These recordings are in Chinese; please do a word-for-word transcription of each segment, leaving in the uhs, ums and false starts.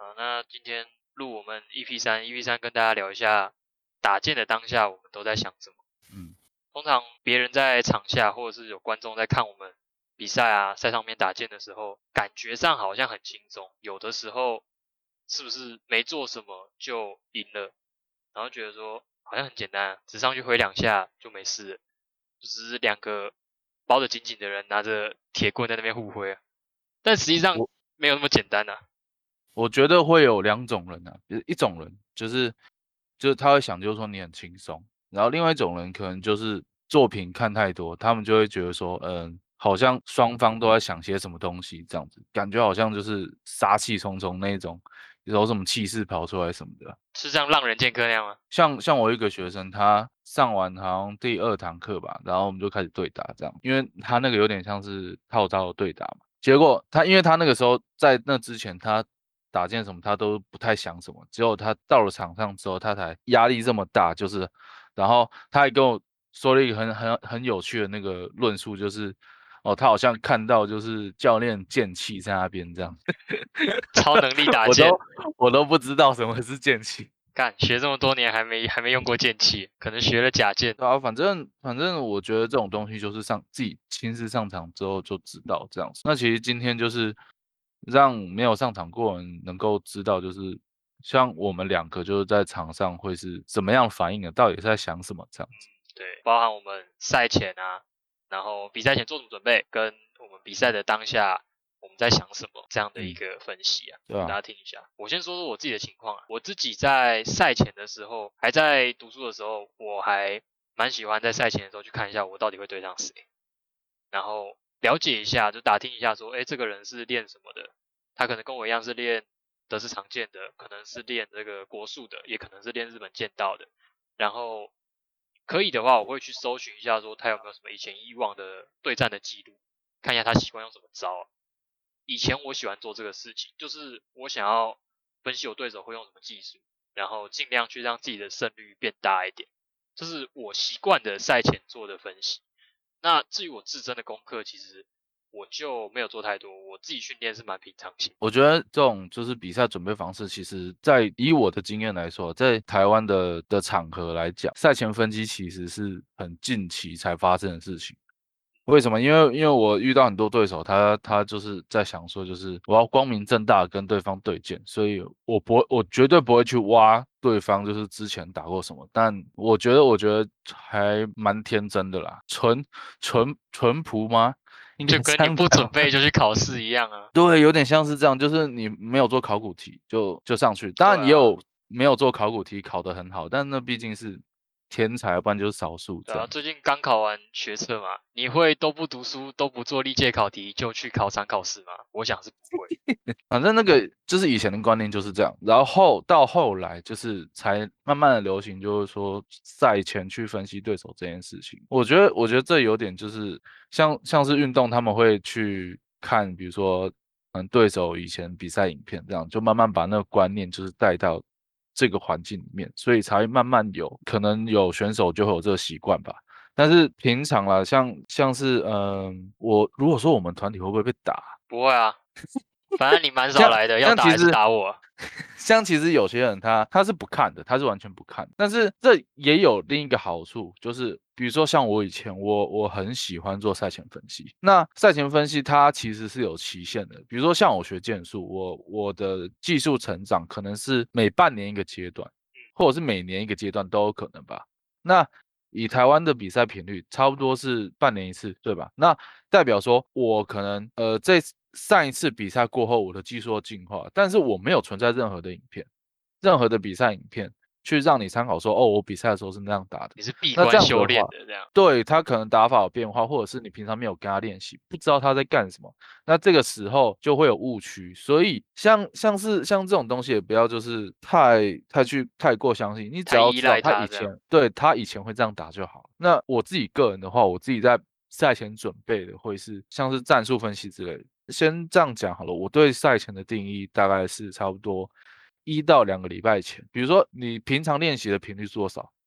好，那今天录我们 E P 三 ，E P 三跟大家聊一下打剑的当下我们都在想什么。 嗯， 通常别人在场下或者是有观众在看我们比赛啊，赛上面打剑的时候，感觉上好像很轻松，有的时候是不是没做什么就赢了，然后觉得说好像很简单啊，只上去挥两下就没事了，就只是两个包得紧紧的人拿着铁棍在那边互挥啊，但实际上我没有那么简单啊。 我觉得会有两种人啊，一一种人就是就是他会想就是说你很轻松，然后另外一种人可能就是作品看太多，他们就会觉得说，嗯，好像双方都在想些什么东西这样子，感觉好像就是杀气冲冲那一种，有什么气势跑出来什么的。 是这样浪人剑客那样吗？ 像像我一个学生，他上完好像第二堂课吧，然后我们就开始对打这样，因为他那个有点像是套招的对打嘛。结果他因为他那个时候在那之前他打剑什么他都不太想什么，只有他到了场上之后，他才压力这么大，就是，然后他还跟我说了一个很很很有趣的那个论述，就是哦，他好像看到就是教练剑气在那边这样， 超能力打我剑， 都我都不知道什么是剑气。 干学这么多年还没还没用过剑气，可能学了假剑。 对啊，反正反正我觉得这种东西就是上自己亲自上场之后就知道这样子。那其实今天就是让没有上场过的人能够知道，就是像我们两个就是在场上会是怎么样反应的，到底是在想什么这样子。 对，包含我们赛前啊，然后比赛前做什么准备，跟我们比赛的当下我们在想什么这样的一嗯， 个分析啊， 对啊， 给大家听一下。我先说说我自己的情况啊，我自己在赛前的时候，还在读书的时候，我还蛮喜欢在赛前的时候去看一下我到底会对上谁，然后了解一下，就打听一下说，哎，这个人是练什么的？他可能跟我一样是练德式长剑的，可能是练这个国术的，也可能是练日本剑道的。然后可以的话，我会去搜寻一下说他有没有什么以前以往的对战的记录，看一下他习惯用什么招啊。以前我喜欢做这个事情，就是我想要分析我对手会用什么技术，然后尽量去让自己的胜率变大一点，这是我习惯的赛前做的分析。那至于我自身的功课，其实我就没有做太多，我自己训练是蛮平常心。 我觉得这种就是比赛准备方式，其实在以我的经验来说，在台湾的的场合来讲，赛前分析其实是很近期才发生的事情。为什么？因为因为我遇到很多对手，他他就是在想说，就是我要光明正大地跟对方对剑，所以我不会，我绝对不会去挖对方就是之前打过什么。但我觉得，我觉得还蛮天真的啦，纯纯淳朴吗？应该就跟你这样讲吗？ 不准备就去考试一样啊。 对，有点像是这样，就是你没有做考古题就就上去，当对啊， 然也有没有做考古题考得很好，但那毕竟是天才，不然就是少数对啊， 这样。 最近刚考完学测嘛，你会都不读书都不做历届考题就去考场考试吗？我想是不会。 反正那个就是以前的观念就是这样，然后到后来就是才慢慢的流行，就是说赛前去分析对手这件事情。我觉得，我觉得这有点就是像像是运动，他们会去看，比如说嗯对手以前比赛影片这样，就慢慢把那个观念就是带到这个环境里面，所以才慢慢有可能有选手就会有这个习惯吧。但是平常啦，像像是嗯，我如果说我们团体会不会被打？ 不会啊，反正你蛮少像来的，要打还是像其实打我啊。 像其实有些人他他是不看的，他是完全不看。但是这也有另一个好处，就是比如说像我以前我我很喜欢做赛前分析。那赛前分析它其实是有期限的，比如说像我学剑术，我我的技术成长可能是每半年一个阶段，或者是每年一个阶段都有可能吧。那以台湾的比赛频率，差不多是半年一次，对吧？那代表说我可能呃这上一次比赛过后，我的技术进化，但是我没有存在任何的影片，任何的比赛影片去让你参考说，哦，我比赛的时候是那样打的。 你是闭那这关修样子的话， 炼的这样。 对，他可能打法有变化，或者是你平常没有跟他练习，不知道他在干什么，那这个时候就会有误区。所以像像是像这种东西，也不要就是太太去太过相信，你只太依要知道赖他这样。 他以前对他以前会这样打就好。那我自己个人的话，我自己在赛前准备的会是像是战术分析之类的。先这样讲好了，我对赛前的定义大概是差不多一到两个礼拜前。比如说你平常练习的频率是多少？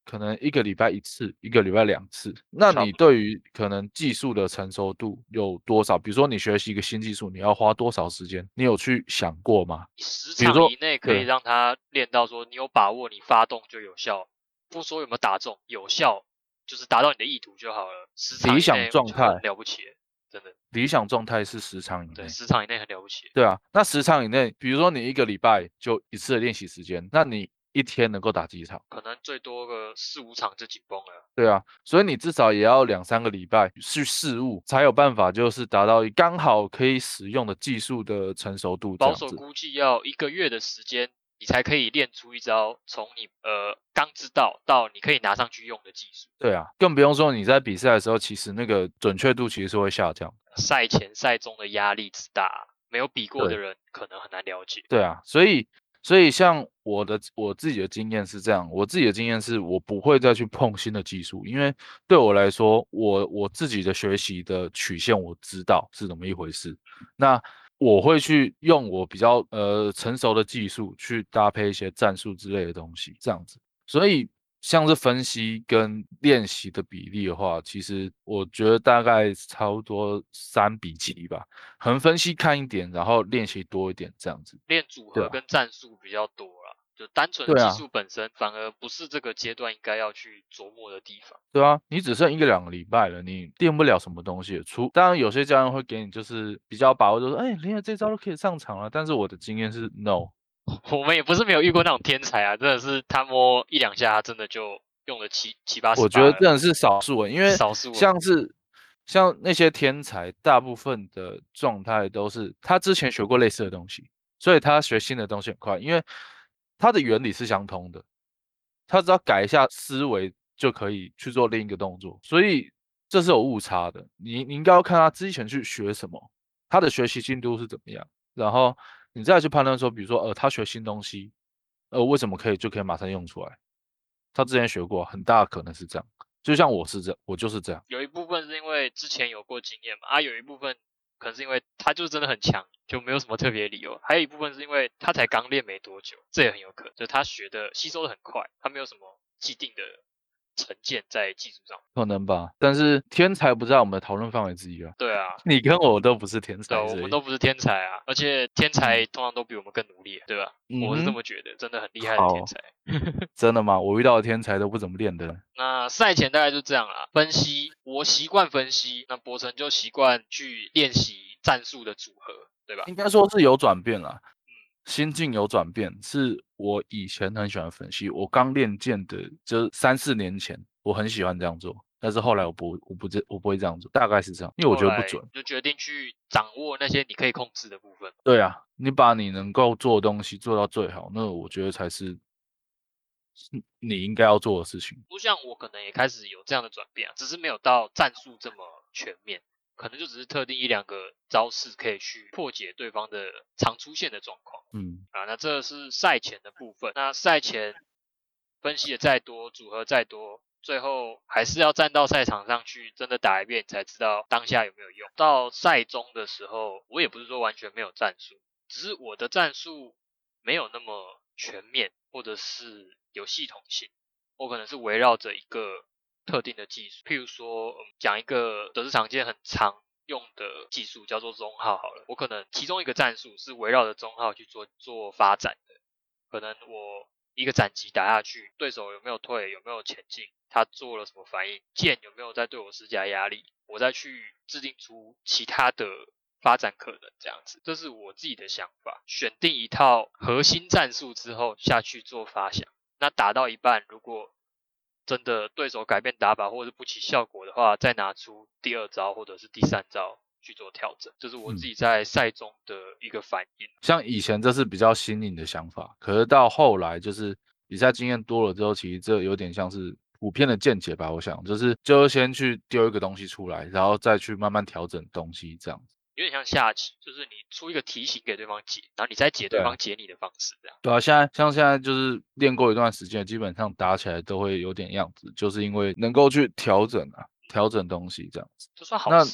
可能一个礼拜一次，一个礼拜两次。那你差不多。 对于可能技术的成熟度有多少？比如说你学习一个新技术，你要花多少时间？你有去想过吗？ 十比如说， 场以内可以对， 让他练到说你有把握，你发动就有效，不说有没有打中，有效就是达到你的意图就好了。十场理想以内就很状态， 了不起了，真的。 理想状态是十场以对， 内。 十场以内很了不起了。 对啊，那十场以内，比如说你一个礼拜就一次的练习时间，那你一天能够打几场？ 可能最多个四五场就紧绷了。 对啊，所以你至少也要两三个礼拜去试悟，才有办法就是达到刚好可以使用的技术的成熟度这样子。 保守估计要一个月的时间，你才可以练出一招从你呃刚知道到你可以拿上去用的技术。 对啊，更不用说你在比赛的时候，其实那个准确度其实是会下降。 赛前赛中的压力之大，没有比过的对， 人可能很难了解。 对啊，所以所以像我的我自己的经验是这样，我自己的经验是我不会再去碰新的技术，因为对我来说，我我自己的学习的曲线我知道是怎么一回事，那我会去用我比较呃成熟的技术去搭配一些战术之类的东西，这样子。所以像是分析跟练习的比例的话，其实我觉得大概差不多三比七吧，可能分析看一点，然后练习多一点这样子。 练组对啊， 合跟战术比较多啦，就单纯的对啊， 技术本身反而不是这个阶段应该要去琢磨的地方。 对啊，你只剩一个两个礼拜了，你练不了什么东西了。除当然有些教练会给你就是比较把握，就说，哎，连了这招都可以上场了。但是我的经验是 no， 我们也不是没有遇过那种天才啊，真的是他摸一两下，他真的就用了七七八十我觉把了， 得真的是少数人，因为少数人。 像是像那些天才，大部分的状态都是他之前学过类似的东西，所以他学新的东西很快，因为它的原理是相通的，他只要改一下思维就可以去做另一个动作，所以这是有误差的。你你应该要看他之前去学什么，他的学习进度是怎么样，然后你再去判断说，比如说呃他学新东西，呃为什么可以就可以马上用出来？他之前学过，很大可能是这样。就像我是这样，我就是这样。 有一部分是因为之前有过经验嘛，啊，有一部分可能是因为他就真的很强，就没有什么特别理由。还有一部分是因为他才刚练没多久，这也很有可能，就他学的吸收的很快，他没有什么既定的成见在技术上。 可能吧，但是天才不在我们的讨论范围之一啊。 对啊， 你跟我都不是天对啊， 才， 我所以们都不是天才啊，而且天才通常都比我们更努力，对吧？我是这嗯哼， 么觉得，真的很厉害的天好， 才。 真的吗？我遇到的天才都不怎么练的。 那赛前大概就这样啦，分析我习惯分析，那博成就习惯去练习战术的组合，对吧？ 应该说是有转变啦，心境有转变。是我以前很喜欢分析，我刚练剑的，就三四年前，我很喜欢这样做。但是后来我不，我不这，我不会这样做，大概是这样，因为我后来觉得不准。 就决定去掌握那些你可以控制的部分。 对啊，你把你能够做的东西做到最好，那我觉得才是是你应该要做的事情。 就像我可能也开始有这样的转变啊，只是没有到战术这么全面，可能就只是特定一两个招式可以去破解对方的常出现的状况。 嗯， 啊，那这是赛前的部分。那赛前分析的再多，组合再多，最后还是要站到赛场上去，真的打一遍才知道当下有没有用。到赛中的时候，我也不是说完全没有战术，只是我的战术没有那么全面，或者是有系统性。我可能是围绕着一个特定的技术，譬如说，嗯讲一个德式常见很常用的技术叫做中号好了，我可能其中一个战术是围绕着中号去做做发展的，可能我一个斩击打下去，对手有没有退，有没有前进，他做了什么反应，剑有没有在对我施加压力，我再去制定出其他的发展可能，这样子，这是我自己的想法。选定一套核心战术之后下去做发想，那打到一半，如果真的对手改变打法或者是不起效果的话，再拿出第二招或者是第三招去做调整，这是我自己在赛中的一个反应。 像以前这是比较新颖的想法，可是到后来就是比赛经验多了之后，其实这有点像是普遍的见解吧。我想就是就先去丢一个东西出来，然后再去慢慢调整东西这样子。 有点像下棋，就是你出一个题型给对方解，然后你再解对对啊， 方解你的方式，这样。 对啊，现在像现在就是练过一段时间，基本上打起来都会有点样子，就是因为能够去调整啊，调整东西这样子。 这算好那事吧？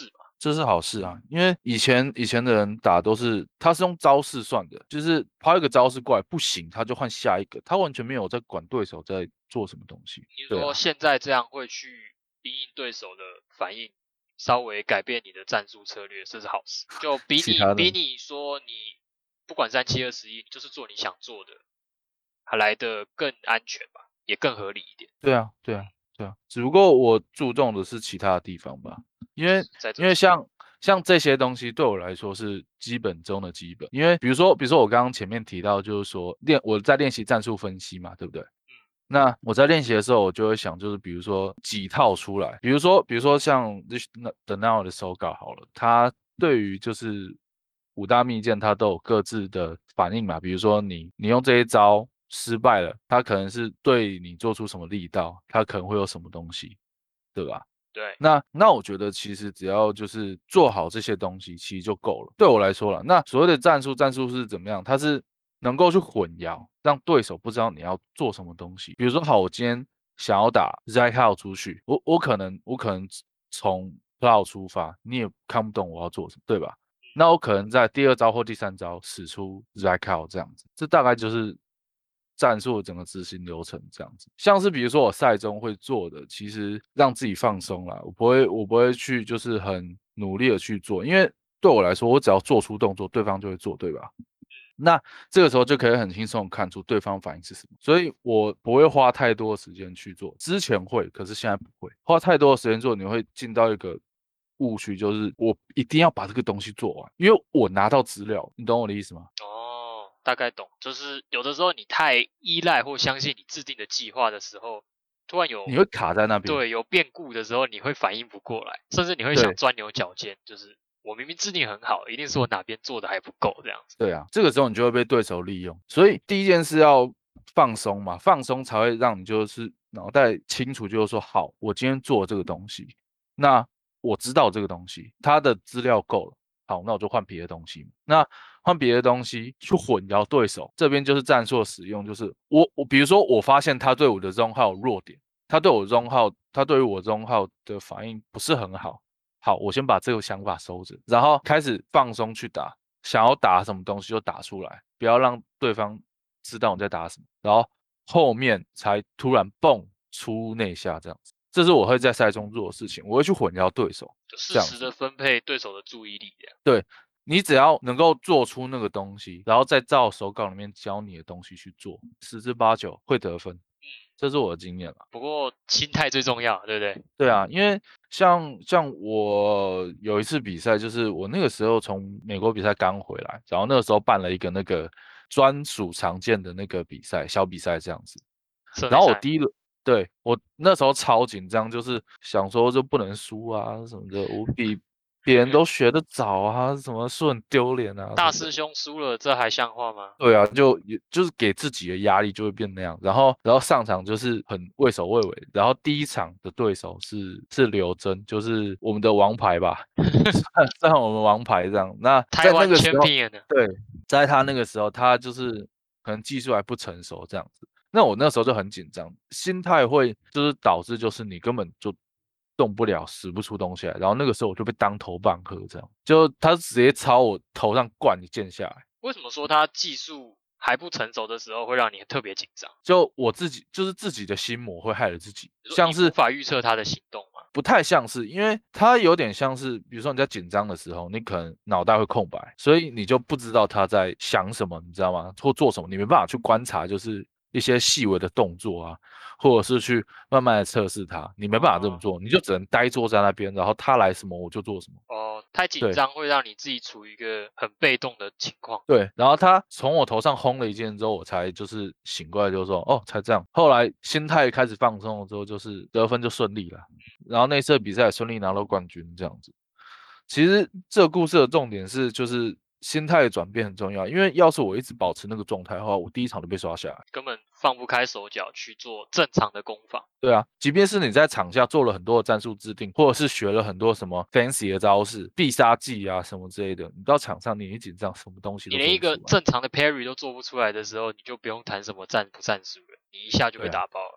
这是好事啊，因为以前以前的人打都是他是用招式算的，就是抛一个招式过来不行，他就换下一个，他完全没有在管对手在做什么东西。 你对啊， 说现在这样会去因应对手的反应，稍微改变你的战术策略，这是好事。就比其他的你比你说你不管三七二十一，就是做你想做的，还来得更安全吧，也更合理一点。 对啊，对啊，对啊，只不过我注重的是其他的地方吧，因为在这因为像像这些东西对我来说是基本中的基本，因为比如说比如说我刚刚前面提到就是说练我在练习战术分析嘛，对不对？那我在练习的时候，我就会想，就是比如说几套出来，比如说比如说像 This the Now 的手稿好了，它对于就是五大秘剑，它都有各自的反应嘛。比如说你你用这一招失败了，它可能是对你做出什么力道，它可能会有什么东西，对吧？ 对， 那那我觉得其实只要就是做好这些东西，其实就够了。对我来说了，那所谓的战术，战术是怎么样？它是能够去混淆，让对手不知道你要做什么东西。比如说，好，我今天想要打 Z 号出去，我我可能我可能从 Cloud 出发，你也看不懂我要做什么，对吧？那我可能在第二招或第三招使出 Z 号这样子，这大概就是战术的整个执行流程这样子。像是比如说我赛中会做的，其实让自己放松啦，我不会我不会去就是很努力的去做，因为对我来说，我只要做出动作，对方就会做，对吧？那这个时候就可以很轻松地看出对方反应是什么，所以我不会花太多的时间去做。之前会，可是现在不会。花太多的时间做，你会进到一个误区，就是我一定要把这个东西做完，因为我拿到资料，你懂我的意思吗？ 哦，大概懂。就是有的时候你太依赖或相信你制定的计划的时候，突然有你会卡在那边。 对有变故的时候，你会反应不过来，甚至你会对想钻牛角尖，就是我明明制定很好，一定是我哪边做的还不够这样子。 对啊，这个时候你就会被对手利用。所以第一件事要放松嘛，放松才会让你就是脑袋清楚，就是说好，我今天做这个东西，那我知道这个东西，它的资料够了，好，那我就换别的东西。那换别的东西去混淆对手，这边就是战术的使用，就是我我比如说我发现他对我的中号有弱点，他对我中号，他对于我中号的反应不是很好，好，我先把这个想法收着，然后开始放松去打。想要打什么东西就打出来，不要让对方知道你在打什么，然后后面才突然蹦出内下这样子。这是我会在赛中做的事情，我会去混淆对手， 就适这样子。 时的分配对手的注意力这样。 对，你只要能够做出那个东西，然后再照手稿里面教你的东西去做，十之八九会得分。这是我的经验了。 不过心态最重要，对不对？ 对啊，因为像像我有一次比赛，就是我那个时候从美国比赛刚回来，然后那个时候办了一个那个专属常见的那个比赛，小比赛这样子。然社内赛。 后我第一轮，对，我那时候超紧张，就是想说就不能输啊什么的，我比别人都学得早啊，什么输很丢脸啊什么的。 大师兄输了，这还像话吗？ 对啊，就也就是给自己的压力就会变那样，然后然后上场就是很畏首畏尾，然后第一场的对手是是刘真，就是我们的王牌吧，算算我们王牌这样。那在那台湾个时候， champion 呢？ 对，在他那个时候，他就是可能技术还不成熟这样子。那我那时候就很紧张，心态会就是导致就是你根本就动不了，使不出东西来。然后那个时候我就被当头棒喝，这样就他直接朝我头上灌一剑下来。 为什么说他技术还不成熟的时候会让你特别紧张？ 就我自己就是自己的心魔会害了自己， 你说像是你无法预测他的行动吗？ 不太像是，因为他有点像是，比如说你在紧张的时候，你可能脑袋会空白，所以你就不知道他在想什么，你知道吗？或做什么，你没办法去观察，就是一些细微的动作啊，或者是去慢慢的测试他，你没办法这么哦做，你就只能呆坐在那边，然后他来什么我就做什么。 哦，太紧对张会让你自己处于一个很被动的情况。 对，然后他从我头上轰了一剑之后，我才就是醒过来，就说哦，才这样。后来心态开始放松了之后，就是得分就顺利了，然后那次比赛也顺利拿到冠军，这样子。其实这个故事的重点是，就是心态的转变很重要，因为要是我一直保持那个状态的话，我第一场就被刷下来。 根本放不开手脚去做正常的攻防。 对啊，即便是你在场下做了很多的战术制定，或者是学了很多什么 fancy 的招式、必杀技啊什么之类的，你到场上你一紧张，什么东西都你连一个做不出来。 正常的 parry 都做不出来的时候，你就不用谈什么战不战术了，你一下就被对啊， 打爆了。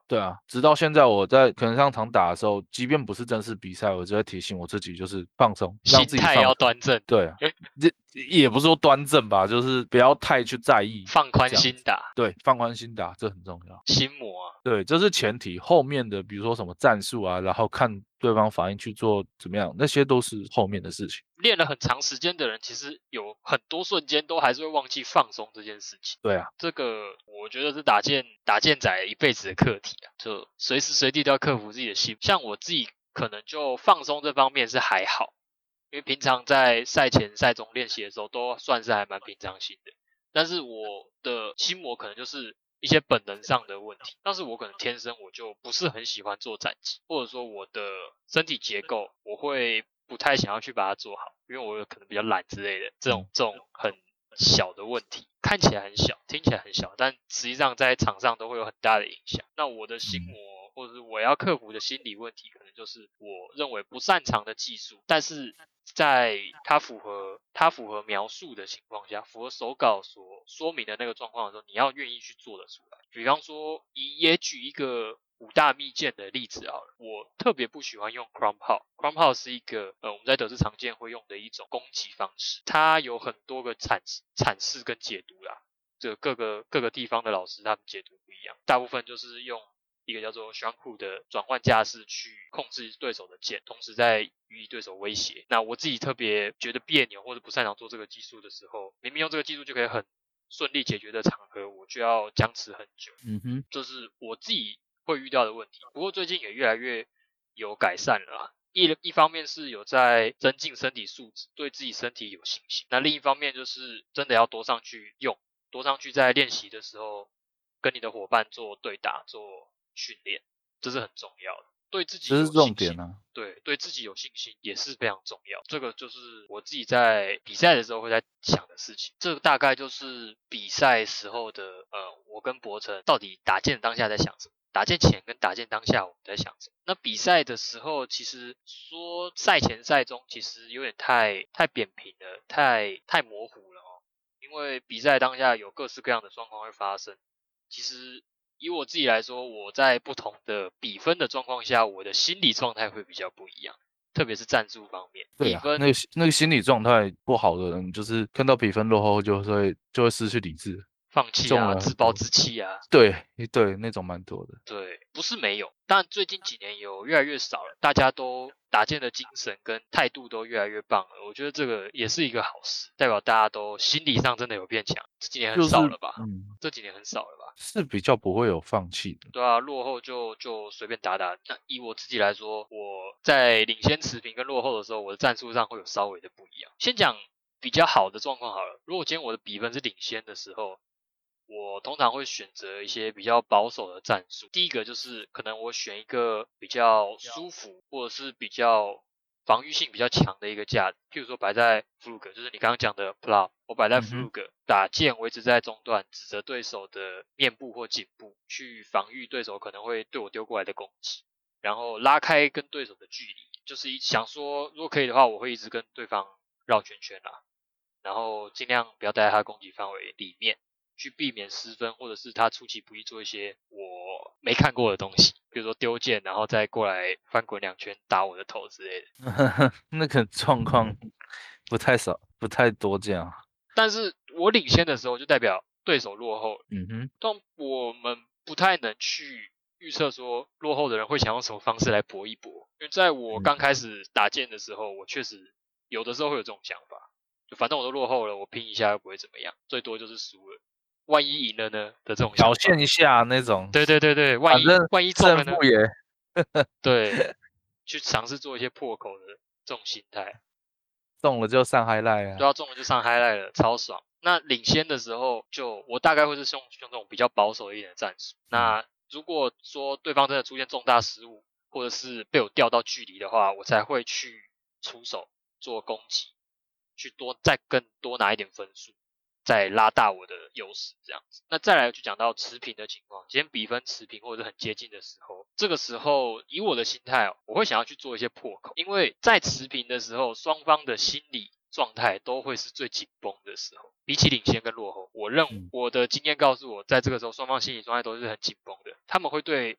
对啊，直到现在我在可能上场打的时候，即便不是正式比赛，我就会提醒我自己，就是放松，让心态自己放松。 要端正。 对啊，这也不是说端正吧，就是不要太去在意， 放宽心打。 对，放宽心打，这很重要。 心魔啊。 对，这是前提，后面的比如说什么战术啊，然后看对方反应去做怎么样，那些都是后面的事情。 练了很长时间的人，其实有很多瞬间都还是会忘记放松这件事情。 对啊， 这个我觉得是打剑打剑仔一辈子的课题啊，就随时随地都要克服自己的心。像我自己可能就放松这方面是还好，因为平常在赛前赛中练习的时候都算是还蛮平常心的。但是我的心魔可能就是一些本能上的问题，但是我可能天生我就不是很喜欢做斩击，或者说我的身体结构我会不太想要去把它做好，因为我可能比较懒之类的，这种这种很小的问题，看起来很小，听起来很小，但实际上在场上都会有很大的影响。那我的心魔或者是我要克服的心理问题，可能就是我认为不擅长的技术，但是在它符合它符合描述的情况下，符合手稿所说明的那个状况的时候，你要愿意去做得出来。比方说，以也举一个五大秘剑的例子好了，我特别不喜欢用 Crown 炮。Crown 炮是一个呃我们在德式常见会用的一种攻击方式，它有很多个阐阐释跟解读啦。这各个各个地方的老师他们解读不一样，大部分就是用一个叫做 Shanku 的转换架势去控制对手的剑，同时在予以对手威胁。那我自己特别觉得别扭或者不擅长做这个技术的时候，明明用这个技术就可以很顺利解决的场合，我就要僵持很久。 嗯哼， 这是我自己会遇到的问题。不过最近也越来越有改善了啦。一一方面是有在增进身体素质，对自己身体有信心。那另一方面就是真的要多上去用，多上去在练习的时候跟你的伙伴做对打、做训练，这是很重要的。对自己有信心， 这是重点啊。 对，对自己有信心也是非常重要。这个就是我自己在比赛的时候会在想的事情。这大概就是比赛时候的呃，我跟博成到底打剑当下在想什么。打剑前跟打剑当下我们在想什么？那比赛的时候，其实说赛前赛中其实有点太太扁平了，太太模糊了哦。因为比赛当下有各式各样的状况会发生。其实以我自己来说，我在不同的比分的状况下，我的心理状态会比较不一样，特别是战术方面。 对啊， 比分那个那个心理状态不好的人，就是看到比分落后就会就会失去理智。 放弃啊，自暴自弃啊， 对对，那种蛮多的。 对，不是没有，但最近几年有越来越少了，大家都打剑的精神跟态度都越来越棒了，我觉得这个也是一个好事，代表大家都心理上真的有变强。这几年很少了吧？ 就是、嗯， 这几年很少了吧？ 是比较不会有放弃的。 对啊，落后就就随便打打。那以我自己来说，我在领先持平跟落后的时候，我的战术上会有稍微的不一样。先讲比较好的状况好了，如果今天我的比分是领先的时候，我通常会选择一些比较保守的战术。第一个就是可能我选一个比较舒服或者是比较防御性比较强的一个架子，譬如说摆在 Flug， 就是你刚刚讲的 Plow， 我摆在 Flug、嗯、打剑维持在中段，指着对手的面部或颈部去防御对手可能会对我丢过来的攻击，然后拉开跟对手的距离，就是想说如果可以的话，我会一直跟对方绕圈圈啦，然后尽量不要待在他的攻击范围里面，去避免失分，或者是他出其不意做一些我没看过的东西，比如说丢剑然后再过来翻滚两圈打我的头之类的。 那个状况不太少，不太多这样。 但是我领先的时候就代表对手落后。 嗯哼， 但我们不太能去预测说落后的人会想用什么方式来搏一搏，因为在我刚开始打剑的时候，我确实有的时候会有这种想法，就反正我都落后了，我拼一下又不会怎么样，最多就是输了。万一赢了呢的这种表现一下那种， 对对对对，万一万一中了呢？ 也对，去尝试做一些破口的这种心态， 中了就上 highlight 啊， 对啊，中了就上 highlight 了，超爽。那领先的时候就我大概会是用用这种比较保守一点的战术。嗯、那如果说对方真的出现重大失误，或者是被我调到距离的话，我才会去出手做攻击，去多再更多拿一点分数。再拉大我的优势这样子。那再来就讲到持平的情况，今天比分持平或者很接近的时候，这个时候以我的心态哦，我会想要去做一些破口，因为在持平的时候，双方的心理状态都会是最紧绷的时候，比起领先跟落后，我认我的经验告诉我，在这个时候双方心理状态都是很紧绷的，他们会对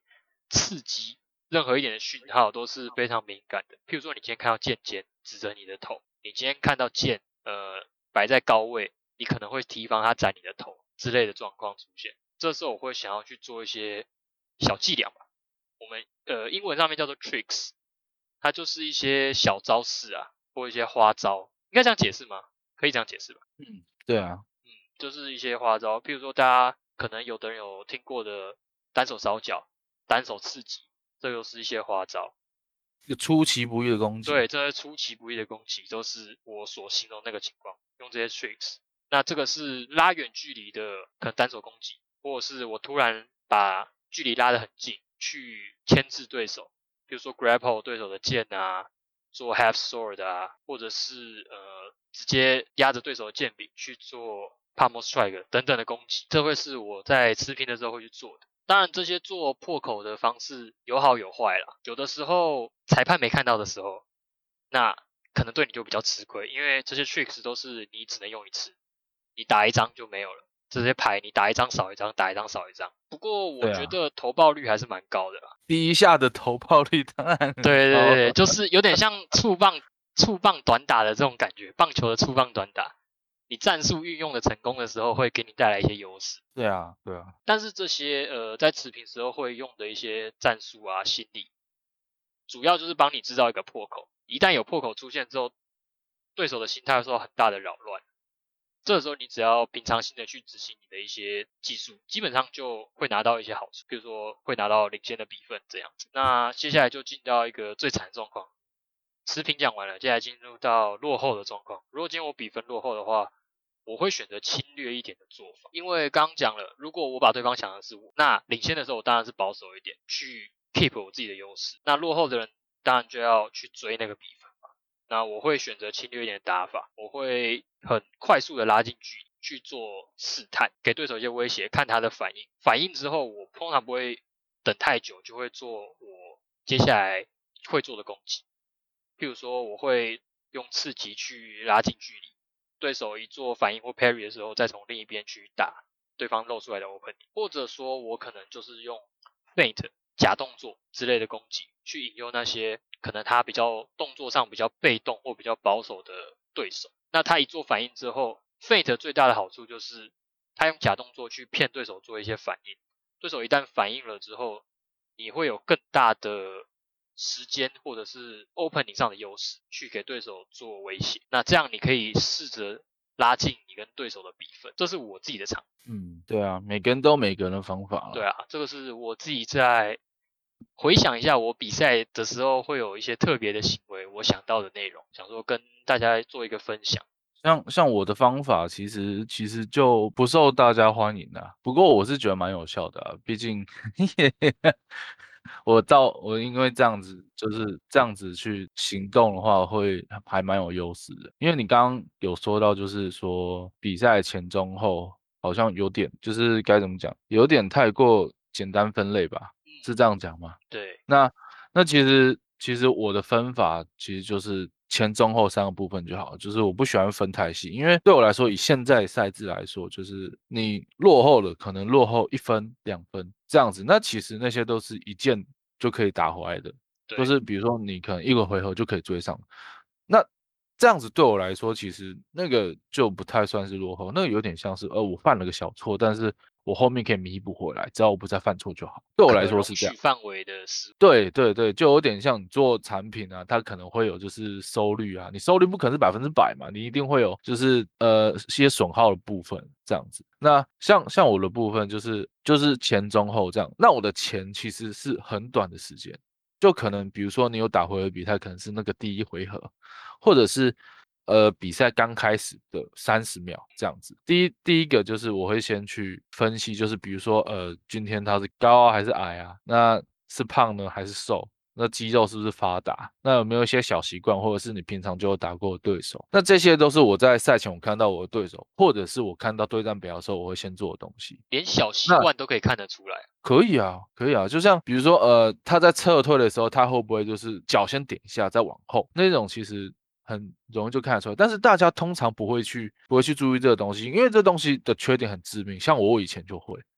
刺激任何一点的讯号都是非常敏感的。譬如说你今天看到剑尖指着你的头，你今天看到剑呃摆在高位，你可能会提防它斩你的头之类的状况出现。这时候我会想要去做一些小伎俩吧，我们呃英文上面叫做 tricks， 它就是一些小招式啊，或一些花招，应该这样解释吗？可以这样解释吧？ 嗯，对啊， 嗯，就是一些花招，譬如说大家可能有的人有听过的单手烧脚、单手刺击，这又是一些花招。 一个出其不意的攻击。 对，这些出其不意的攻击都是我所形容那个情况，用这些 tricks。那这个是拉远距离的可能单手攻击，或者是我突然把距离拉得很近，去牵制对手，比如说 grapple 对手的剑啊，做 half sword 啊，或者是呃直接压着对手的剑柄去做 pummel strike 等等的攻击，这会是我在持平的时候会去做的。当然这些做破口的方式有好有坏啦，有的时候裁判没看到的时候，那可能对你就比较吃亏，因为这些 tricks 都是你只能用一次，你打一张就没有了，这些牌你打一张少一张，打一张少一张。不过我觉得投爆率还是蛮高的啦。 第一下的投爆率当然很高。 对对对，就是有点像触棒触棒短打的这种感觉，棒球的触棒短打。你战术运用的成功的时候，会给你带来一些优势。 对啊，对啊。 但是这些呃，在持平时候会用的一些战术啊、心理，主要就是帮你制造一个破口。一旦有破口出现之后，对手的心态会受到很大的扰乱。这时候你只要平常心的去执行你的一些技术，基本上就会拿到一些好处，比如说会拿到领先的比分这样子。那接下来就进到一个最惨的状况。持平讲完了，接下来进入到落后的状况。如果今天我比分落后的话，我会选择侵略一点的做法，因为刚刚讲了，如果我把对方想的是我，那领先的时候我当然是保守一点，去 keep 我自己的优势。那落后的人当然就要去追那个比分嘛。那我会选择侵略一点的打法，我会很快速的拉近距离去做试探，给对手一些威胁，看他的反应。反应之后，我通常不会等太久，就会做我接下来会做的攻击。譬如说我会用刺击去拉近距离，对手一做反应或 parry 的时候，再从另一边去打对方露出来的 opening， 或者说我可能就是用 feint 假动作之类的攻击，去引诱那些可能他比较动作上比较被动或比较保守的对手。那他一做反应之后， feint 最大的好处就是他用假动作去骗对手做一些反应，对手一旦反应了之后，你会有更大的时间或者是 opening 上的优势去给对手做威胁，那这样你可以试着拉近你跟对手的比分，这是我自己的场。 嗯，对啊，每个人都有每个人的方法啦。 对啊，这个是我自己在回想一下我比赛的时候会有一些特别的行为，我想到的内容，想说跟大家做一个分享。 像像我的方法其实其实就不受大家欢迎啦，不过我是觉得蛮有效的啊，毕竟我照我因为这样子就是这样子去行动的话，会还蛮有优势的。因为你刚刚有说到，就是说比赛前中后好像有点就是该怎么讲，有点太过简单分类吧，是这样讲吗？ 对， 那那其实其实我的分法其实就是前中后三个部分就好，就是我不喜欢分太细，因为对我来说，以现在赛制来说，就是你落后了，可能落后一分两分这样子，那其实那些都是一键就可以打回来的， 对， 就是比如说你可能一个回合就可以追上，那这样子对我来说，其实那个就不太算是落后，那个有点像是呃我犯了个小错，但是我后面可以弥补回来，只要我不再犯错就好。对我来可容说是这样。 许范围的失误。 对对对，就有点像你做产品啊，它可能会有就是收率啊，你收率不可能是百分之百嘛，你一定会有就是呃一些损耗的部分这样子。那像像我的部分就是就是前中后这样，那我的前其实是很短的时间，就可能比如说你有打回合比赛，可能是那个第一回合，或者是呃比赛刚开始的三十秒这样子。第一第一个就是我会先去分析，就是比如说呃今天他是高啊还是矮啊，那是胖呢还是瘦？那肌肉是不是发达？那有没有一些小习惯，或者是你平常就有打过的对手？那这些都是我在赛前我看到我的对手，或者是我看到对战表的时候，我会先做的东西。 连小习那惯都可以看得出来。 可以啊，可以啊，就像比如说，呃，他在撤退的时候，他会不会就是脚先点一下再往后？那种其实很容易就看得出来，但是大家通常不会去不会去注意这个东西，因为这东西的缺点很致命。像我以前就会，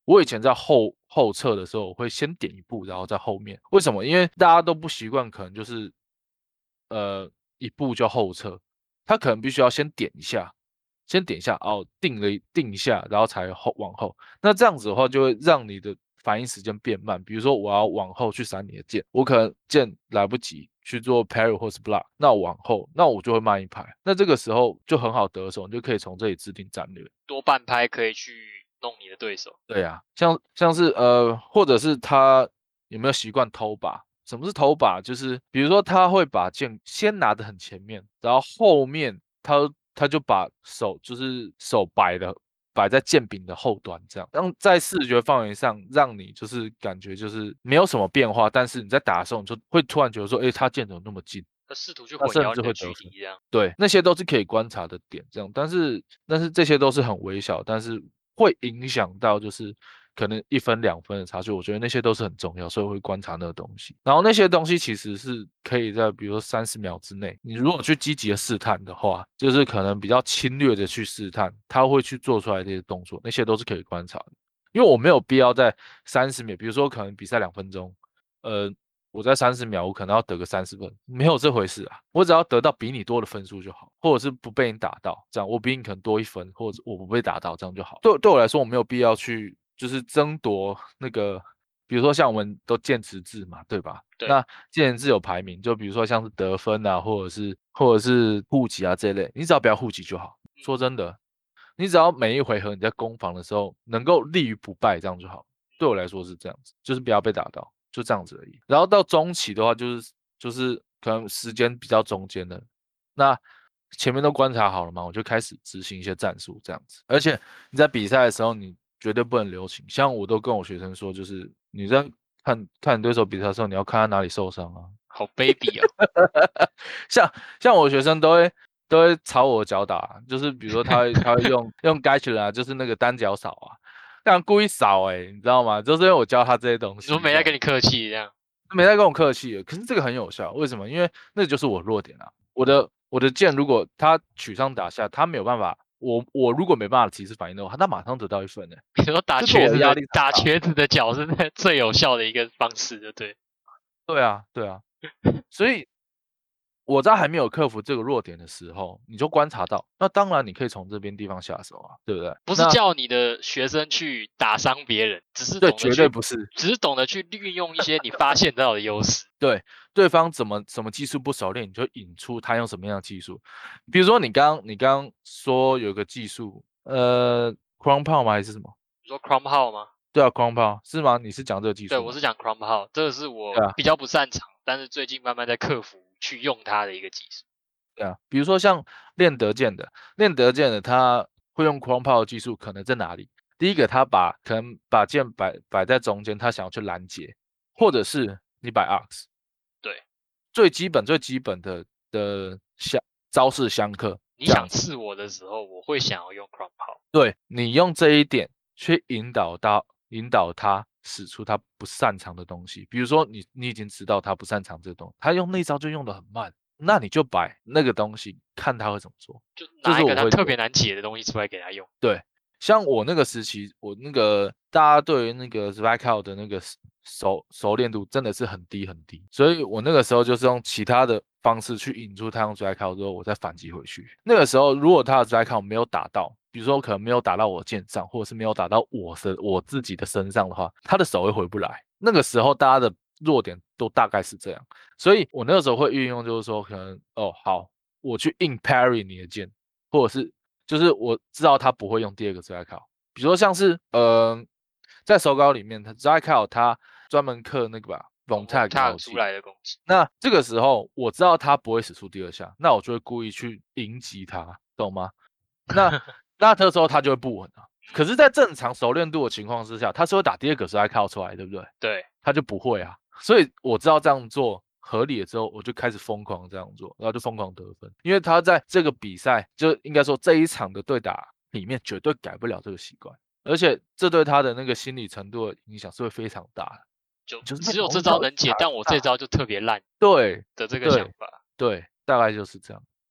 我以前在后后撤的时候，我会先点一步，然后在后面。为什么？因为大家都不习惯，可能就是呃一步就后撤，他可能必须要先点一下，先点一下哦，定了定一下，然后才后往后。那这样子的话，就会让你的反应时间变慢。比如说我要往后去闪你的剑，我可能剑来不及去做 parry 或是 block，那我往后，那我就会慢一拍。那这个时候就很好得手，你就可以从这里制定战略。 多半拍可以去弄你的对手。 对啊，像像是呃，或者是他有没有习惯偷把？什么是偷把？就是比如说他会把剑先拿得很前面，然后后面他他就把手就是手摆的摆在剑柄的后端，这样让在视觉范围上让你就是感觉就是没有什么变化，但是你在打的时候你就会突然觉得说，诶，他剑怎么那么近？ 他试图去他甚混淆你的至会得分。 距离，这样。 对，那些都是可以观察的点，这样，但是但是这些都是很微小，但是会影响到就是可能一分两分的差距，我觉得那些都是很重要，所以我会观察那个东西。然后那些东西其实是可以在比如说三十秒之内，你如果去积极的试探的话，就是可能比较侵略的去试探，他会去做出来这些动作，那些都是可以观察的。因为我没有必要在三十秒，比如说可能比赛两分钟，呃，我在三十秒，我可能要得个三十分，没有这回事啊！我只要得到比你多的分数就好，或者是不被你打到，这样我比你可能多一分，或者我不被打到，这样就好。对对我来说，我没有必要去就是争夺那个，比如说像我们都剑持制嘛，对吧？ 对。 那剑持制有排名，就比如说像是得分啊，或者是或者是护级啊这一类，你只要不要护级就好。说真的，你只要每一回合你在攻防的时候能够立于不败，这样就好。对我来说是这样子，就是不要被打到。就这样子而已。然后到中期的话，就是就是可能时间比较中间的，那前面都观察好了嘛，我就开始执行一些战术这样子。而且你在比赛的时候，你绝对不能留情。像我都跟我学生说，就是你在看看你对手比赛的时候，你要看他哪里受伤啊。 好卑鄙哦！ 像像我学生都会都会朝我脚打，就是比如说他会他会用用 g a t c h 啊，就是那个单脚扫啊，这样故意扫哎、欸，你知道吗？就是因为我教他这些东西， 你说没在跟你客气这样。 没在跟我客气，可是这个很有效，为什么？因为那就是我弱点啊。我的我的剑如果他取上打下，他没有办法，我我如果没办法及时反应的话，他马上得到一分呢、欸， 你说打这对我的压瘸子的力太大。 打瘸子的脚是那最有效的一个方式，就对。 对啊，对啊，所以我在还没有克服这个弱点的时候，你就观察到，那当然你可以从这边地方下手啊，对不对？ 不是那叫你的学生去打伤别人，只是对， 懂得去， 绝对不是。 只是懂得去运用一些你发现到的优势。 对，对方怎么什么技术不熟练，你就引出他用什么样的技术。比如说你刚你刚刚说有个技术，呃，Crown 炮吗？还是什么？ 你说 Crumb 号吗？ 对啊，Crown 炮是吗？你是讲这个技对， 术吗？ 我是讲 Crumb 号，这个是对啊， 我比较不擅长，但是最近慢慢在克服去用它的一个技术。 对啊。比如说像练德剑的，练德剑的他会用 Crown 炮的技术，可能在哪里？第一个，他把可能把剑摆摆在中间，他想要去拦截，或者是你摆 Axe。 对， 最基本最基本的的相招式相克， 你这样子。 想刺我的时候，我会想要用 Crumb 号。 对，你用这一点去引导到引导他使出他不擅长的东西，比如说你你已经知道他不擅长这个东西，他用那招就用的很慢，那你就摆那个东西，看他会怎么做。 就这是拿一个他特我会做的。 别难解的东西出来给他用。 对，像我那个时期，我那个大家对于那个 s p i k out 的那个熟熟练度真的是很低很低，所以我那个时候就是用其他的方式去引出他用 s p i k out 之后，我再反击回去。那个时候如果他的 s p i k out 没有打到，比如说可能没有打到我剑上，或者是没有打到我身我自己的身上的话，他的手会回不来。那个时候大家的弱点都大概是这样，所以我那个时候会运用就是说可能哦好，我去硬 parry 你的剑，或者是就是我知道他不会用第二个 z 考，比如说像是呃，在手稿里面，他 z 考他专门克那个吧 v o n tag 踏出摇技。 来的攻击。 那这个时候我知道他不会使出第二下，那我就会故意去迎击他，懂吗？那那这时候他就会不稳了。可是，在正常熟练度的情况之下，他是会打第二个 z 考出来，对不对？ 对， 他就不会啊。所以我知道这样做合理了之后，我就开始疯狂这样做，然后就疯狂得分。因为他在这个比赛，就应该说这一场的对打里面，绝对改不了这个习惯，而且这对他的那个心理程度的影响是会非常大的。 就就是只有这招能解，但我这招就特别烂。 对的这个想法。 对，大概就是这样。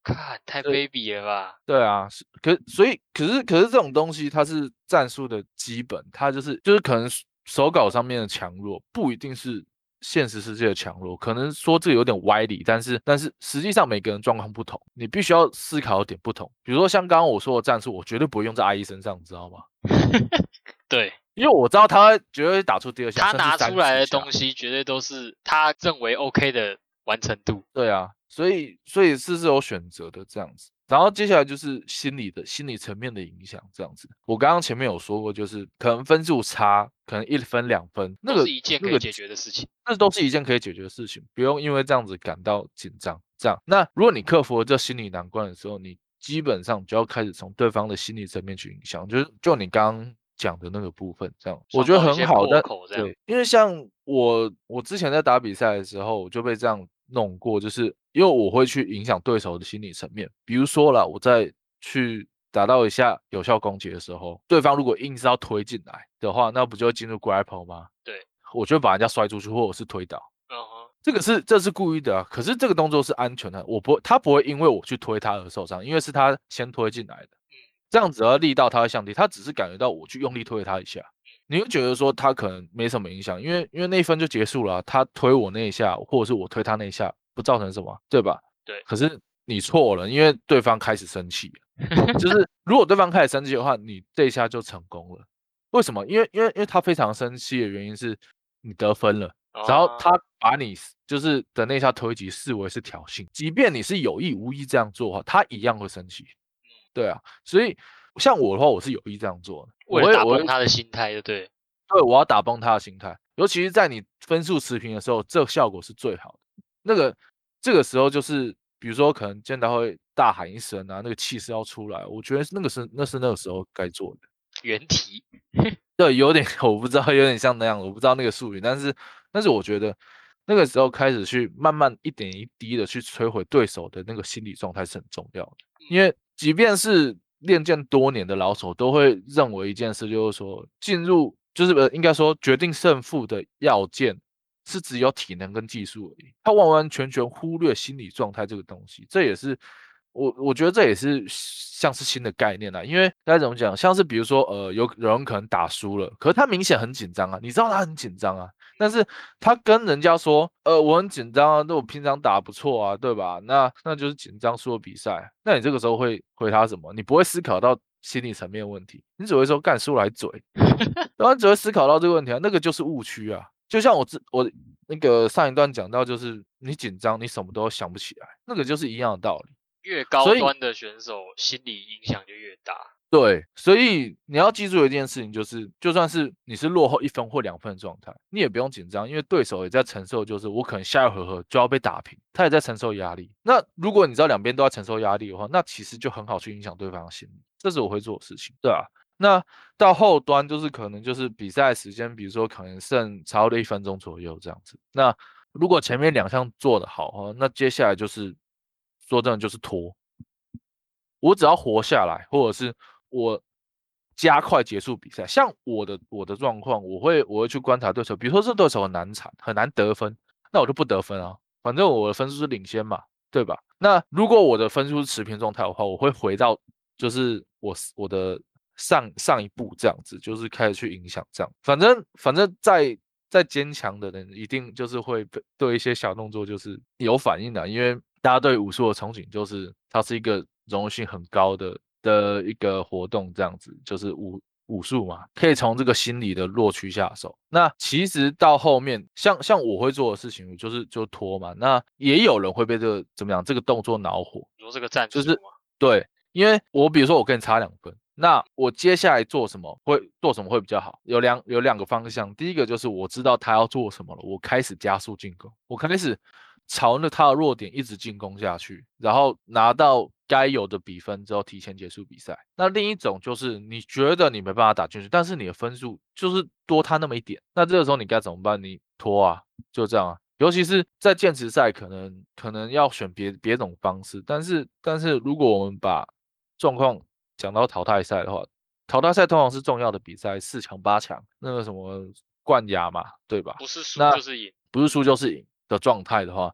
看太所以卑鄙了吧？ 对啊，是可所以可是可是这种东西它是战术的基本，它就是就是可能手稿上面的强弱不一定是现实世界的强弱，可能说这个有点歪理，但是但是实际上每个人状况不同，你必须要思考的点不同。比如说像刚刚我说的战术，我绝对不会用在阿姨身上，你知道吗？ 对， 因为我知道他绝对会打出第二下， 他甚至拿出来的三四下。 东西绝对都是他认为 OK 的完成度。 对啊，所以所以是是有选择的这样子。然后接下来就是心理的心理层面的影响这样子。我刚刚前面有说过，就是可能分数差，可能一分两分，那个都是一件那个可以解决的事情。 那都是一件可以解决的事情，不用因为这样子感到紧张。这样，那如果你克服了这心理难关的时候，你基本上就要开始从对方的心理层面去影响，就是就你刚刚讲的那个部分，这样我觉得创造一些很好。但破口，这样。 对，因为像我我之前在打比赛的时候，我就被这样弄过，就是因为我会去影响对手的心理层面。比如说啦，我在去打到一下有效攻击的时候，对方如果硬是要推进来的话，那不就会进入 grapple 吗？ 对， 我就把人家摔出去，或者是推倒。 嗯哼， 这个是这是故意的啊，可是这个动作是安全的，我不他不会因为我去推他而受伤，因为是他先推进来的，这样子的力道他会降低，他只是感觉到我去用力推他一下，你会觉得说他可能没什么影响，因为因为那一分就结束了啊，他推我那一下，或者是我推他那一下，不造成什么，对吧？ 对。 可是你错了，因为对方开始生气了，就是如果对方开始生气的话，你这一下就成功了。为什么？因为因为因为他非常生气的原因是你得分了。然后他哦， 把你就是的那下推击视为是挑衅，即便你是有意无意这样做的话，他一样会生气。对啊，所以像我的话，我是有意这样做的， 为了我会我会打崩他的心态，对不对？ 对我要打崩他的心态，尤其是在你分数持平的时候，这个效果是最好的。那个这个时候就是比如说可能见到会大喊一声啊，那个气势要出来，我觉得那个是那是那个时候该做的。 原题。 对，有点我不知道，有点像那样，我不知道那个术语，但是但是我觉得那个时候开始去慢慢一点一滴的去摧毁对手的那个心理状态是很重要的，因为即便是练剑多年的老手，都会认为一件事，就是说进入就是呃应该说决定胜负的要件是只有体能跟技术而已，他完完全全忽略心理状态这个东西，这也是。我我觉得这也是像是新的概念啦，因为该怎么讲，像是比如说，呃，有有人可能打输了，可是他明显很紧张啊，你知道他很紧张啊，但是他跟人家说，呃，我很紧张啊，那我平常打不错啊，对吧？那那就是紧张输了比赛，那你这个时候会回他什么？你不会思考到心理层面问题，你只会说干输来嘴，然后你只会思考到这个问题啊，那个就是误区啊。就像我自我那个上一段讲到，就是你紧张，你什么都想不起来，那个就是一样的道理。 越高所以端的选手，心理影响就越大。 对，所以你要记住一件事情，就是就算是你是落后一分或两分的状态，你也不用紧张，因为对手也在承受，就是我可能下一回合就要被打平，他也在承受压力。那如果你知道两边都在承受压力的话，那其实就很好去影响对方的心理，这是我会做的事情，对啊。那到后端就是可能就是比赛时间，比如说可能剩差不多一分钟左右这样子。那如果前面两项做得好哈，那接下来就是说真的就是拖。我只要活下来，或者是我加快结束比赛。像我的我的状况，我会我会去观察对手，比如说这对手很难缠，很难得分，那我就不得分啊，反正我的分数是领先嘛，对吧？那如果我的分数是持平状态的话，我会回到就是我我的上上一步这样子，就是开始去影响这样。反正反正在再坚强的人，一定就是会对一些小动作就是有反应的，因为大家对武术的憧憬就是它是一个融入性很高的的一个活动，这样子就是武武术嘛，可以从这个心理的弱区下手。那其实到后面，像像我会做的事情，就是就拖嘛。那也有人会被这个怎么样这个动作恼火， 你说这个战就是术嘛？ 对，因为我比如说我跟你差两分。那我接下来做什么会做什么会比较好？有两有两个方向，第一个就是我知道他要做什么了，我开始加速进攻，我开始朝着他的弱点一直进攻下去，然后拿到该有的比分之后提前结束比赛。那另一种就是你觉得你没办法打进去，但是你的分数就是多他那么一点，那这个时候你该怎么办？你拖啊，就这样啊。尤其是在剑池赛，可能可能要选别别种方式，但是但是如果我们把状况讲到淘汰赛的话，淘汰赛通常是重要的比赛，四强、八强，那个什么冠亚嘛，对吧？ 不是输那就是赢。 不是输就是赢的状态的话，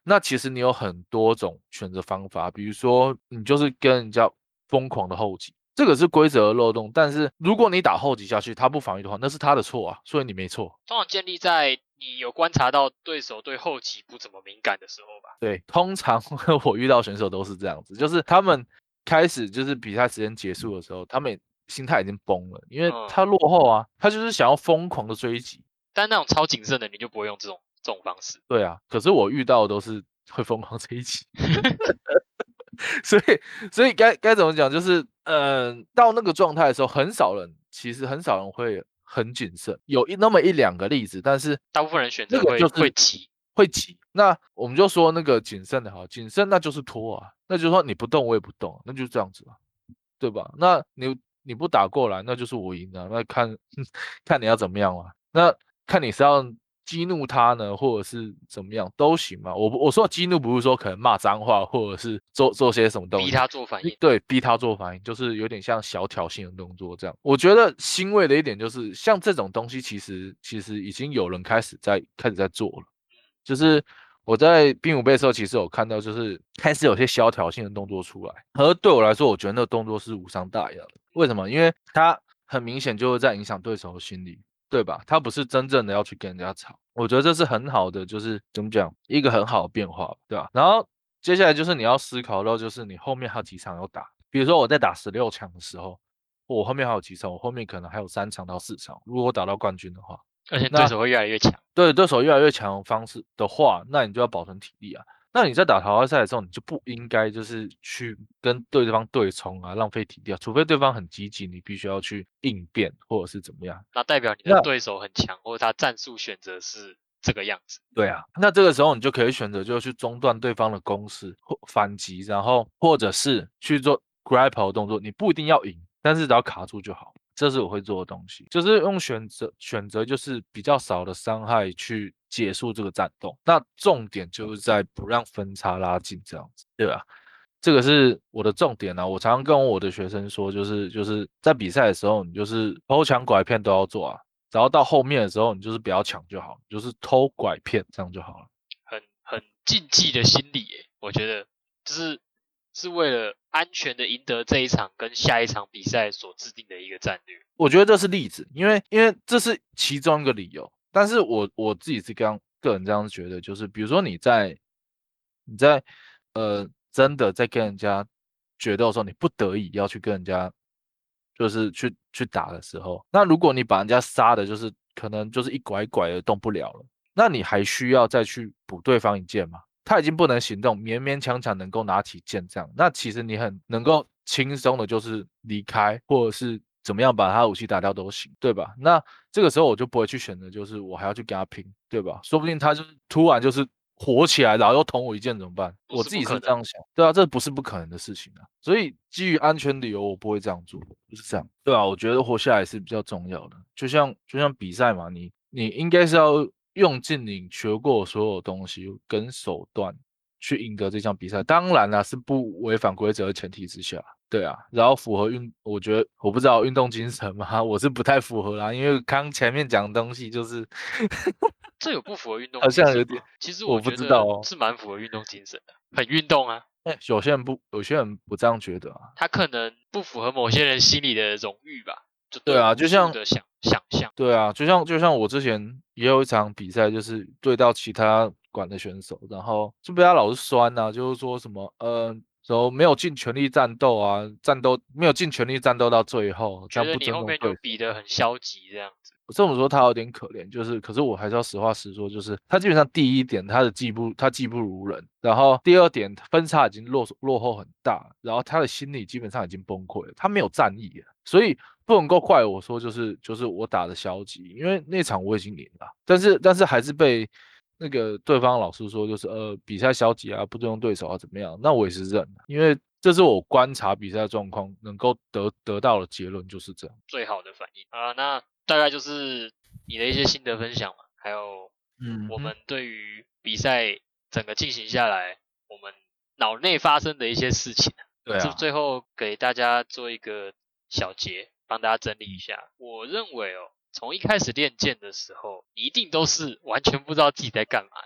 那其实你有很多种选择方法，比如说你就是跟人家疯狂的后击，这个是规则的漏洞，但是如果你打后击下去，他不防御的话，那是他的错啊，所以你没错。 通常建立在你有观察到对手对后期不怎么敏感的时候吧。 对，通常我遇到选手都是这样子，就是他们开始就是比赛时间结束的时候，他们心态已经崩了，因为嗯， 他落后啊，他就是想要疯狂的追击。 但那种超谨慎的你就不会用这种这种方式。 对啊，可是我遇到的都是会疯狂追击。所以，所以该该怎么讲？就是，嗯、呃，到那个状态的时候，很少人，其实很少人会很谨慎。有一那么一两个例子，但是大部分人选择会那个就是会急。 会急。那我们就说那个谨慎的好，谨慎那就是拖啊，那就是说你不动我也不动，那就是这样子啊，对吧？那你你不打过来，那就是我赢了，那看看你要怎么样嘛。那看你是要激怒他呢，或者是怎么样都行嘛。我我说的激怒不是说可能骂脏话，或者是做做些什么东逼西， 他做反应。 对，逼他做反应，就是有点像小挑衅的动作这样。我觉得欣慰的一点就是，像这种东西，其实其实已经有人开始在开始在做了。就是我在兵武备的时候，其实有看到，就是开始有些小挑衅的动作出来。而对我来说，我觉得那个动作是无伤大雅的。为什么？因为他很明显就是在影响对手的心理。对吧？他不是真正的要去跟人家吵，我觉得这是很好的，就是怎么讲，一个很好的变化，对吧？然后接下来就是你要思考到，就是你后面还有几场要打。比如说我在打十六强的时候，我后面还有几场，我后面可能还有三场到四场，如果我打到冠军的话， 而且对那手会越来越强。 对对手越来越强的方式的话，那你就要保存体力啊。那你在打淘汰赛的时候，你就不应该就是去跟对方对冲啊，浪费体力啊，除非对方很积极，你必须要去应变或者是怎么样。 那代表你的那对手很强，或者他战术选择是这个样子。 对啊，那这个时候你就可以选择就去中断对方的攻势或反击，然后或者是去做 grapple 动作，你不一定要赢，但是只要卡住就好。这是我会做的东西，就是用选择选择就是比较少的伤害去结束这个战斗。那重点就是在不让分差拉近这样子，对吧？这个是我的重点啊。我常常跟我的学生说，就是就是在比赛的时候，你就是偷抢拐骗都要做啊。然后到后面的时候，你就是不要抢就好，就是偷拐骗这样就好了。 很很竞技的心理耶，我觉得就是是为了安全的赢得这一场跟下一场比赛所制定的一个战略。 我觉得这是例子，因为因为这是其中一个理由。但是我我自己是刚个人这样觉得，就是比如说你在你在呃真的在跟人家决斗的时候，你不得已要去跟人家就是去去打的时候，那如果你把人家杀的，就是可能就是一拐一拐的动不了了，那你还需要再去补对方一剑吗？他已经不能行动，勉勉强强能够拿起剑这样，那其实你很能够轻松的，就是离开，或者是怎么样把他的武器打掉都行，对吧？那这个时候我就不会去选择，就是我还要去跟他拼，对吧？说不定他就是突然就是火起来，然后又捅我一剑怎么办？我自己是这样想，对啊，这不是不可能的事情啊。所以基于安全理由，我不会这样做，就是这样，对啊，我觉得活下来是比较重要的，就像就像比赛嘛，你你应该是要用尽你学过所有东西跟手段去赢得这项比赛。当然啦，是不违反规则的前提之下，对啊。然后符合运，我觉得我不知道运动精神嘛，我是不太符合啦，因为刚前面讲的东西就是这有不符合运动好精神吗？ 像有点， 其实我不我觉得知道哦。 是蛮符合运动精神的，很运动啊。 哎，有些人不，有些人不这样觉得啊。 他可能不符合某些人心里的荣誉吧，就对啊， 对武术就像的想想象。 对啊，就像就像我之前也有一场比赛，就是对到其他馆的选手，然后就被他老是酸啊，就是说什么呃，然后没有尽全力战斗啊，战斗没有尽全力战斗到最后，这觉样不得你后面就尊重对手。 比得很消极这样子。 我这么说他有点可怜，就是可是我还是要实话实说，就是他基本上第一点他的技不他技不如人，然后第二点分差已经落落后很大，然后他的心理基本上已经崩溃了，他没有战意了，所以不能够怪我说就是就是我打的消极，因为那场我已经赢了，但是但是还是被那个对方老师说就是呃比赛消极啊，不尊重对手啊怎么样，那我也是认了，因为这是我观察比赛状况能够得得到的结论就是这样。 最好的反应啊。那大概就是你的一些心得分享嘛，还有嗯哼， 我们对于比赛整个进行下来，我们脑内发生的一些事情。 对啊， 是最后给大家做一个小结，帮大家整理一下。我认为哦，从一开始练剑的时候，你一定都是完全不知道自己在干嘛，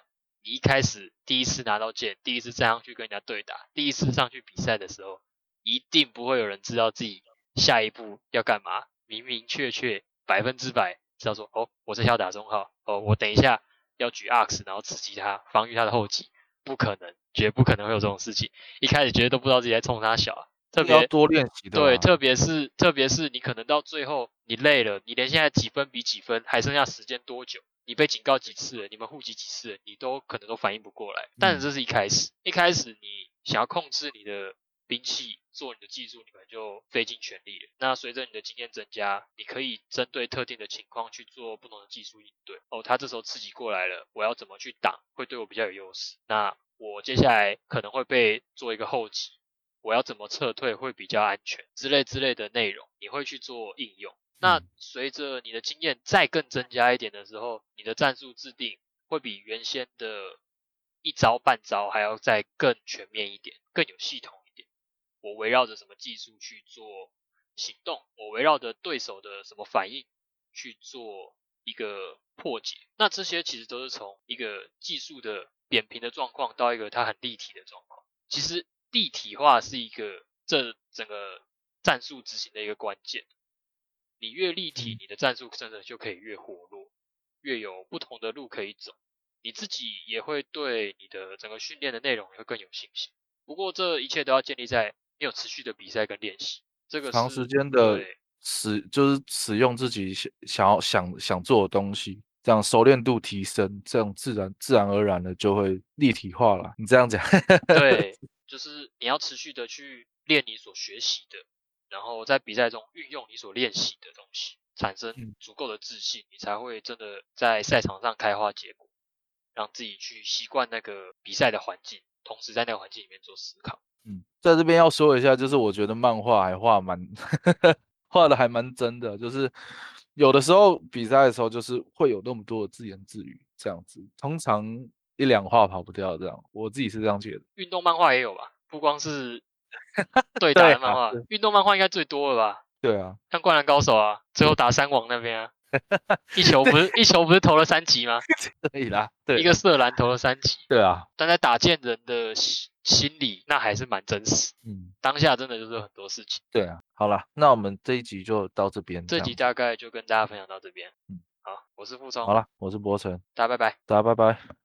你一开始第一次拿到剑，第一次站上去跟人家对打，第一次上去比赛的时候，一定不会有人知道自己下一步要干嘛，明明确确百分之百知道说，哦，我这下要打中号，哦，我等一下要举 axe 然后刺激他，防御他的后击，不可能，绝不可能会有这种事情。一开始绝对都不知道自己在冲他小啊，特别要多练习的。 对，特别是特别是你可能到最后你累了，你连现在几分比几分，还剩下时间多久，你被警告几次了，你们互击几次了，你都可能都反应不过来。但是这是一开始，一开始你想要控制你的兵器，做你的技术，你可能就费尽全力了。那随着你的经验增加，你可以针对特定的情况去做不同的技术应对。哦，他这时候刺激过来了，我要怎么去挡，会对我比较有优势。那我接下来可能会被做一个后击，我要怎么撤退会比较安全之类之类的内容，你会去做应用。那随着你的经验再更增加一点的时候，你的战术制定会比原先的一招半招还要再更全面一点，更有系统一点。我围绕着什么技术去做行动，我围绕着对手的什么反应去做一个破解。那这些其实都是从一个技术的扁平的状况到一个它很立体的状况。其实立体化是一个这整个战术执行的一个关键。你越立体，你的战术真的就可以越活络，越有不同的路可以走。你自己也会对你的整个训练的内容也会更有信心。不过这一切都要建立在你有持续的比赛跟练习，这个是长时间的使就是使用自己想想要想想做的东西，这样熟练度提升，这样自然自然而然的就会立体化了。你这样讲， 对，就是你要持续的去练你所学习的，然后在比赛中运用你所练习的东西，产生足够的自信，你才会真的在赛场上开花结果，让自己去习惯那个比赛的环境，同时在那个环境里面做思考。 嗯，在这边要说一下，就是我觉得漫画还画蛮画的还蛮真的，就是有的时候比赛的时候，就是会有那么多的自言自语这样子，通常一两话跑不掉这样，我自己是这样觉得。 运动漫画也有吧，不光是对打的漫画， 对啊、 运动漫画应该最多了吧？ 对啊， 像灌篮高手啊，最后打三王那边啊，一球不是一球不是投了三级吗？ 可以啦，对， 一个射篮投了三级， 对啊， 但在打剑人的心理，那还是蛮真实。 嗯， 当下真的就是很多事情。 对啊，好了，那我们这一集就到这边。 这集大概就跟大家分享到这边。 嗯， 好，我是傅聪。 好了，我是博成， 大家拜拜。 大家拜拜。